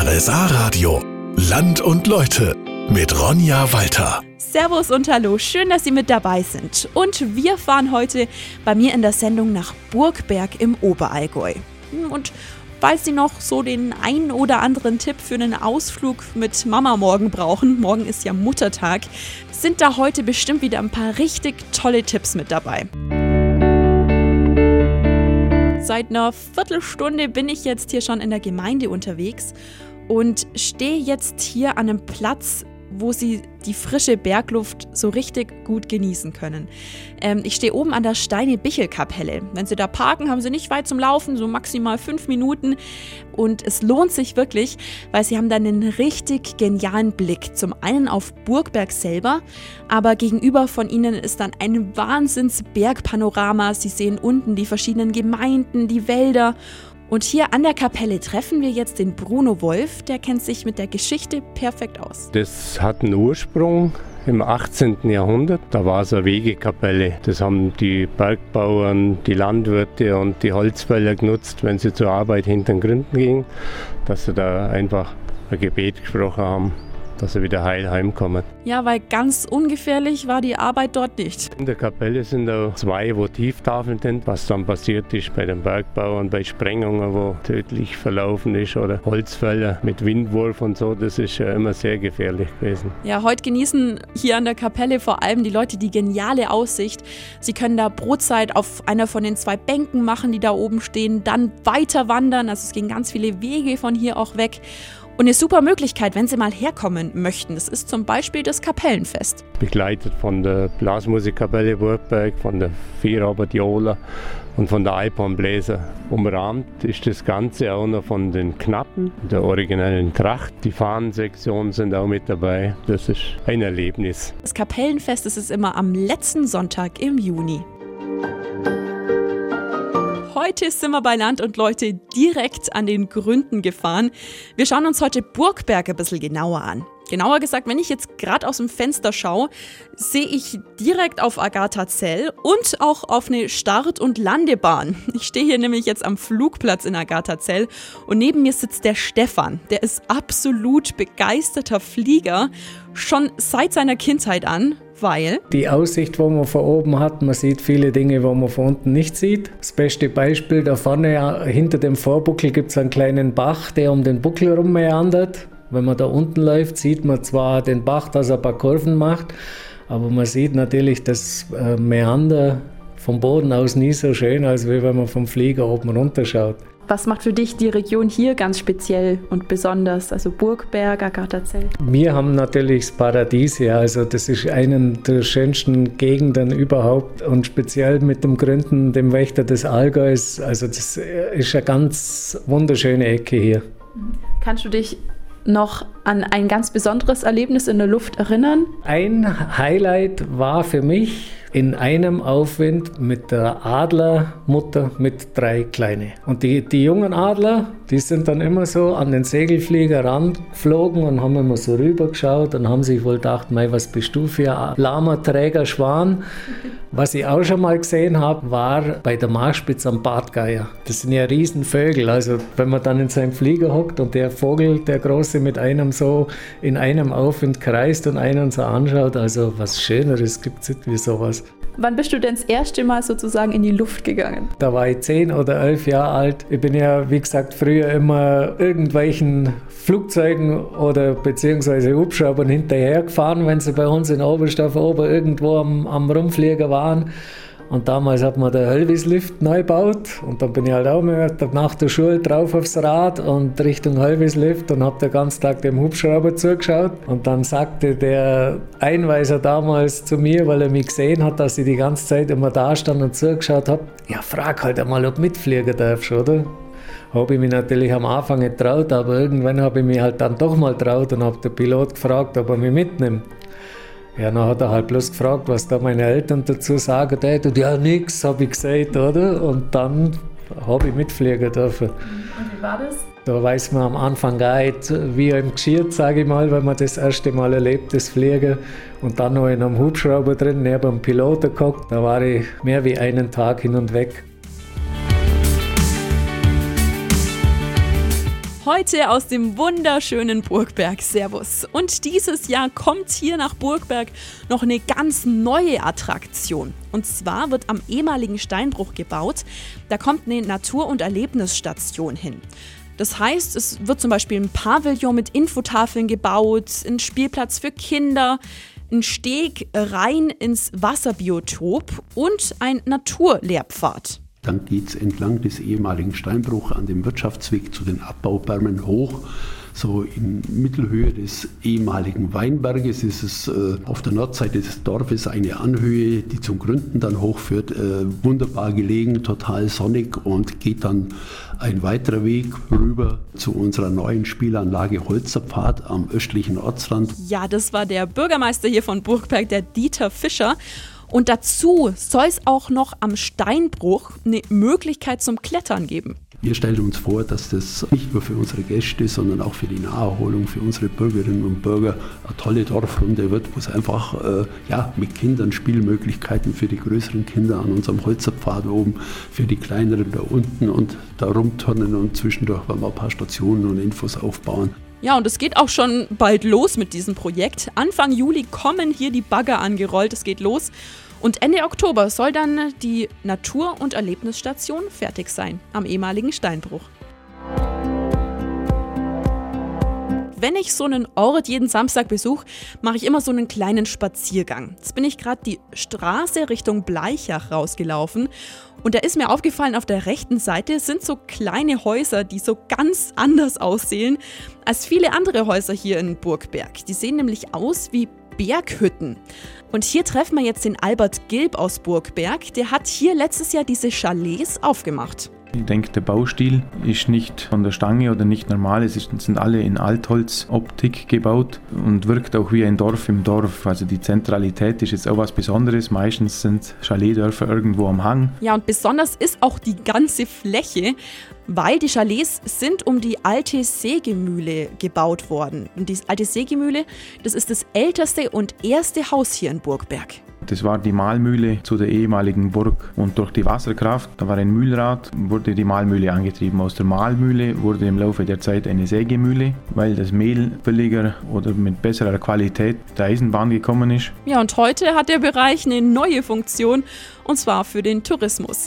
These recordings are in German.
RSA Radio. Land und Leute mit Ronja Walter. Servus und hallo, schön, dass Sie mit dabei sind. Und wir fahren heute bei mir in der Sendung nach Burgberg im Oberallgäu. Und falls Sie noch so den einen oder anderen Tipp für einen Ausflug mit Mama morgen brauchen, morgen ist ja Muttertag, sind da heute bestimmt wieder ein paar richtig tolle Tipps mit dabei. Seit einer Viertelstunde bin ich jetzt hier schon in der Gemeinde unterwegs und stehe jetzt hier an einem Platz, wo Sie die frische Bergluft so richtig gut genießen können. Ich stehe oben an der Steine-Bichel-Kapelle. Wenn Sie da parken, haben Sie nicht weit zum Laufen, so maximal 5 Minuten. Und es lohnt sich wirklich, weil Sie haben dann einen richtig genialen Blick. Zum einen auf Burgberg selber, aber gegenüber von Ihnen ist dann ein Wahnsinns-Bergpanorama. Sie sehen unten die verschiedenen Gemeinden, die Wälder. Und hier an der Kapelle treffen wir jetzt den Bruno Wolf, der kennt sich mit der Geschichte perfekt aus. Das hat einen Ursprung im 18. Jahrhundert. Da war es eine Wegekapelle. Das haben die Bergbauern, die Landwirte und die Holzfäller genutzt, wenn sie zur Arbeit hinter den Gründen gingen, dass sie da einfach ein Gebet gesprochen haben, dass sie wieder heil heimkommen. Ja, weil ganz ungefährlich war die Arbeit dort nicht. In der Kapelle sind auch 2 Votivtafeln drin, was dann passiert ist bei den Bergbauern, bei Sprengungen, wo tödlich verlaufen ist, oder Holzfäller mit Windwurf und so. Das ist ja immer sehr gefährlich gewesen. Ja, heute genießen hier an der Kapelle vor allem die Leute die geniale Aussicht. Sie können da Brotzeit auf einer von den 2 Bänken machen, die da oben stehen, dann weiter wandern. Also es gehen ganz viele Wege von hier auch weg. Und eine super Möglichkeit, wenn Sie mal herkommen möchten, das ist zum Beispiel das Kapellenfest. Begleitet von der Blasmusikkapelle Burgberg, von der Vierabend Jola und von der Alphornbläser. Umrahmt ist das Ganze auch noch von den Knappen, der originellen Tracht. Die Fahnensektionen sind auch mit dabei. Das ist ein Erlebnis. Das Kapellenfest, das ist immer am letzten Sonntag im Juni. Heute sind wir bei Land und Leute direkt an den Gründen gefahren. Wir schauen uns heute Burgberg ein bisschen genauer an. Genauer gesagt, wenn ich jetzt gerade aus dem Fenster schaue, sehe ich direkt auf Agatha-Zell und auch auf eine Start- und Landebahn. Ich stehe hier nämlich jetzt am Flugplatz in Agatha-Zell und neben mir sitzt der Stefan. Der ist absolut begeisterter Flieger, schon seit seiner Kindheit an. Weil die Aussicht, wo man von oben hat, man sieht viele Dinge, wo man von unten nicht sieht. Das beste Beispiel da vorne, hinter dem Vorbuckel gibt es einen kleinen Bach, der um den Buckel rum meandert. Wenn man da unten läuft, sieht man zwar den Bach, dass er ein paar Kurven macht, aber man sieht natürlich das Meander vom Boden aus nie so schön, als wenn man vom Flieger oben runterschaut. Was macht für dich die Region hier ganz speziell und besonders, also Burgberg, Agatha-Zell? Wir haben natürlich das Paradies hier, also das ist eine der schönsten Gegenden überhaupt und speziell mit dem Gründen, dem Wächter des Allgäus, also das ist eine ganz wunderschöne Ecke hier. Kannst du dich noch an ein ganz besonderes Erlebnis in der Luft erinnern? Ein Highlight war für mich in einem Aufwind mit der Adlermutter mit 3 Kleine. Und die jungen Adler, die sind dann immer so an den Segelflieger rangeflogen und haben immer so rübergeschaut und haben sich wohl gedacht, mei, was bist du für ein lahmer, träger Schwan? Was ich auch schon mal gesehen habe, war bei der Marspitz am Bartgeier. Das sind ja Riesenvögel, also wenn man dann in seinem Flieger hockt und der Vogel, der Große, mit einem so in einem Aufwind kreist und einen so anschaut, also was Schöneres gibt es nicht wie sowas. Wann bist du denn das erste Mal sozusagen in die Luft gegangen? Da war ich 10 oder 11 Jahre alt. Ich bin ja, wie gesagt, früher immer irgendwelchen Flugzeugen oder beziehungsweise Hubschraubern hinterhergefahren, wenn sie bei uns in Oberstdorf oben irgendwo am Rumflieger waren. Und damals hat man den Hölvislift neu gebaut und dann bin ich halt auch nach der Schule drauf aufs Rad und Richtung Hölvislift und habe den ganzen Tag dem Hubschrauber zugeschaut. Und dann sagte der Einweiser damals zu mir, weil er mich gesehen hat, dass ich die ganze Zeit immer da stand und zugeschaut habe, ja, frag halt einmal, ob du mitfliegen darfst, oder? Habe ich mich natürlich am Anfang nicht getraut, aber irgendwann habe ich mich halt dann doch mal getraut und habe den Pilot gefragt, ob er mich mitnimmt. Ja, dann hat er halt bloß gefragt, was da meine Eltern dazu sagen. Ja, nix, habe ich gesagt, oder? Und dann habe ich mitfliegen dürfen. Und wie war das? Da weiß man am Anfang gar nicht, wie einem geschieht, sage ich mal, wenn man das erste Mal erlebt, das Fliegen. Und dann noch in einem Hubschrauber drin, neben dem Piloten geguckt. Da war ich mehr wie einen Tag hin und weg. Heute aus dem wunderschönen Burgberg. Servus. Und dieses Jahr kommt hier nach Burgberg noch eine ganz neue Attraktion. Und zwar wird am ehemaligen Steinbruch gebaut. Da kommt eine Natur- und Erlebnisstation hin. Das heißt, es wird zum Beispiel ein Pavillon mit Infotafeln gebaut, ein Spielplatz für Kinder, ein Steg rein ins Wasserbiotop und ein Naturlehrpfad. Dann geht es entlang des ehemaligen Steinbruchs an dem Wirtschaftsweg zu den Abbaubermen hoch. So in Mittelhöhe des ehemaligen Weinberges ist es auf der Nordseite des Dorfes eine Anhöhe, die zum Gründen dann hochführt. Wunderbar gelegen, total sonnig und geht dann ein weiterer Weg rüber zu unserer neuen Spielanlage Holzerpfad am östlichen Ortsrand. Ja, das war der Bürgermeister hier von Burgberg, der Dieter Fischer. Und dazu soll es auch noch am Steinbruch eine Möglichkeit zum Klettern geben. Wir stellen uns vor, dass das nicht nur für unsere Gäste, sondern auch für die Naherholung, für unsere Bürgerinnen und Bürger eine tolle Dorfrunde wird, wo es einfach mit Kindern Spielmöglichkeiten für die größeren Kinder an unserem Holzerpfad oben, für die kleineren da unten und da rumturnen und zwischendurch wollen wir ein paar Stationen und Infos aufbauen. Ja, und es geht auch schon bald los mit diesem Projekt. Anfang Juli kommen hier die Bagger angerollt, es geht los. Und Ende Oktober soll dann die Natur- und Erlebnisstation fertig sein, am ehemaligen Steinbruch. Wenn ich so einen Ort jeden Samstag besuche, mache ich immer so einen kleinen Spaziergang. Jetzt bin ich gerade die Straße Richtung Bleichach rausgelaufen und da ist mir aufgefallen, auf der rechten Seite sind so kleine Häuser, die so ganz anders aussehen als viele andere Häuser hier in Burgberg. Die sehen nämlich aus wie Berghütten. Und hier treffen wir jetzt den Albert Gilb aus Burgberg. Der hat hier letztes Jahr diese Chalets aufgemacht. Ich denke, der Baustil ist nicht von der Stange oder nicht normal. Es sind alle in Altholzoptik gebaut und wirkt auch wie ein Dorf im Dorf. Also die Zentralität ist jetzt auch was Besonderes. Meistens sind Chaletdörfer irgendwo am Hang. Ja, und besonders ist auch die ganze Fläche, weil die Chalets sind um die alte Sägemühle gebaut worden. Und die alte Sägemühle, das ist das älteste und erste Haus hier in Burgberg. Das war die Mahlmühle zu der ehemaligen Burg. Und durch die Wasserkraft, da war ein Mühlrad, wurde die Mahlmühle angetrieben. Aus der Mahlmühle wurde im Laufe der Zeit eine Sägemühle, weil das Mehl billiger oder mit besserer Qualität der Eisenbahn gekommen ist. Ja, und heute hat der Bereich eine neue Funktion, und zwar für den Tourismus.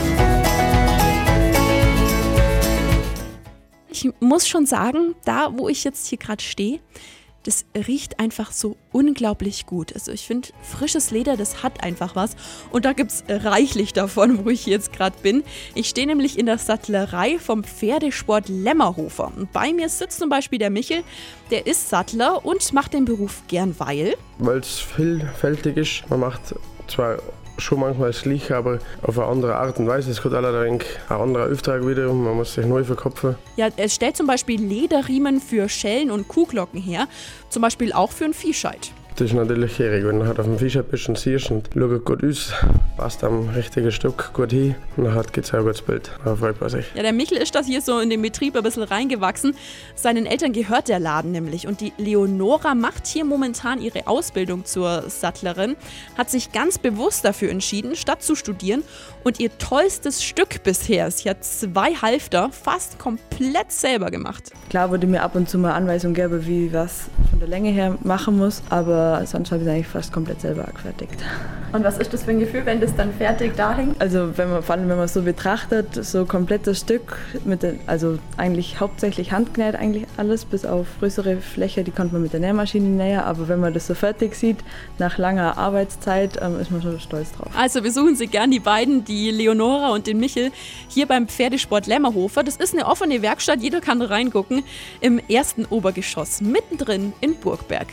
Ich muss schon sagen, da wo ich jetzt hier gerade stehe, das riecht einfach so unglaublich gut. Also ich finde, frisches Leder, das hat einfach was. Und da gibt es reichlich davon, wo ich jetzt gerade bin. Ich stehe nämlich in der Sattlerei vom Pferdesport Lämmerhofer. Und bei mir sitzt zum Beispiel der Michel, der ist Sattler und macht den Beruf gern, weil es vielfältig ist. Man macht zwar schon manchmal das Gleiche, aber auf eine andere Art und Weise. Es kommt allerdings ein anderer Auftrag wieder und man muss sich neu verkopfen. Ja, er stellt zum Beispiel Lederriemen für Schellen und Kuhglocken her, zum Beispiel auch für einen Viehscheid. Das ist natürlich schwierig, wenn du halt auf dem Viehscheid bist und siehst und schaut gut aus, passt am richtigen Stück gut hin und dann gibt es auch ein gutes Bild. Da freut man sich. Ja, der Michel ist das hier so in den Betrieb ein bisschen reingewachsen. Seinen Eltern gehört der Laden nämlich und die Leonora macht hier momentan ihre Ausbildung zur Sattlerin, hat sich ganz bewusst dafür entschieden, statt zu studieren und ihr tollstes Stück bisher, sie hat 2 Halfter, fast komplett selber gemacht. Klar wurde mir ab und zu mal Anweisungen gegeben, wie ich was von der Länge her machen muss, aber sonst habe ich es eigentlich fast komplett selber angefertigt. Und was ist das für ein Gefühl, wenn das dann fertig da hängt? Also vor allem wenn man es so betrachtet, so komplettes Stück, also eigentlich hauptsächlich handgenäht eigentlich alles, bis auf größere Fläche, die konnte man mit der Nähmaschine nähen, aber wenn man das so fertig sieht, nach langer Arbeitszeit, ist man schon stolz drauf. Also besuchen Sie gern die beiden, die Leonora und den Michel, hier beim Pferdesport Lämmerhofer. Das ist eine offene Werkstatt, jeder kann reingucken, im 1. Obergeschoss, mittendrin in Burgberg.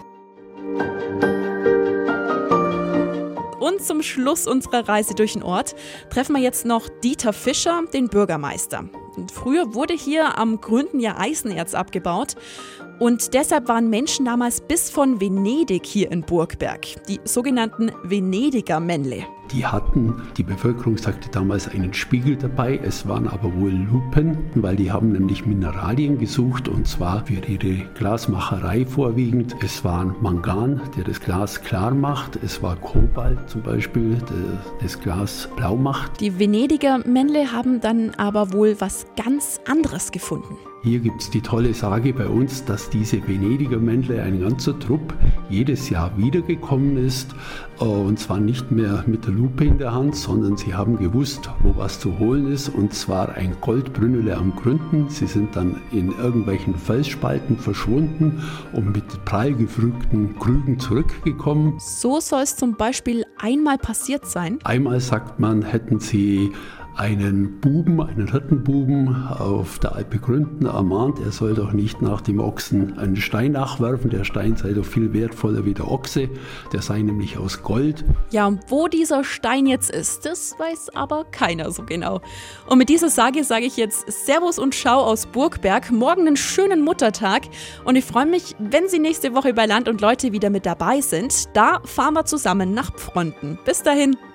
Und zum Schluss unserer Reise durch den Ort treffen wir jetzt noch Dieter Fischer, den Bürgermeister. Und früher wurde hier am Gründen ja Eisenerz abgebaut und deshalb waren Menschen damals bis von Venedig hier in Burgberg, die sogenannten Venediger Männle. Die Bevölkerung sagte damals einen Spiegel dabei, es waren aber wohl Lupen, weil die haben nämlich Mineralien gesucht und zwar für ihre Glasmacherei vorwiegend. Es war Mangan, der das Glas klar macht, es war Kobalt zum Beispiel, der das Glas blau macht. Die Venediger Männle haben dann aber wohl was ganz anderes gefunden. Hier gibt es die tolle Sage bei uns, dass diese Venediger Männle, ein ganzer Trupp, jedes Jahr wiedergekommen ist. Und zwar nicht mehr mit der Lupe in der Hand, sondern sie haben gewusst, wo was zu holen ist. Und zwar ein Goldbrünnele am Gründen. Sie sind dann in irgendwelchen Felsspalten verschwunden und mit prall gefrügten Krügen zurückgekommen. So soll es zum Beispiel einmal passiert sein. Einmal, sagt man, hätten sie einen Buben, einen Hirtenbuben auf der Alpe Gründen ermahnt, er soll doch nicht nach dem Ochsen einen Stein nachwerfen, der Stein sei doch viel wertvoller wie der Ochse, der sei nämlich aus Gold. Ja, und wo dieser Stein jetzt ist, das weiß aber keiner so genau. Und mit dieser Sage sage ich jetzt Servus und Ciao aus Burgberg, morgen einen schönen Muttertag und ich freue mich, wenn Sie nächste Woche bei Land und Leute wieder mit dabei sind. Da fahren wir zusammen nach Pfronten. Bis dahin.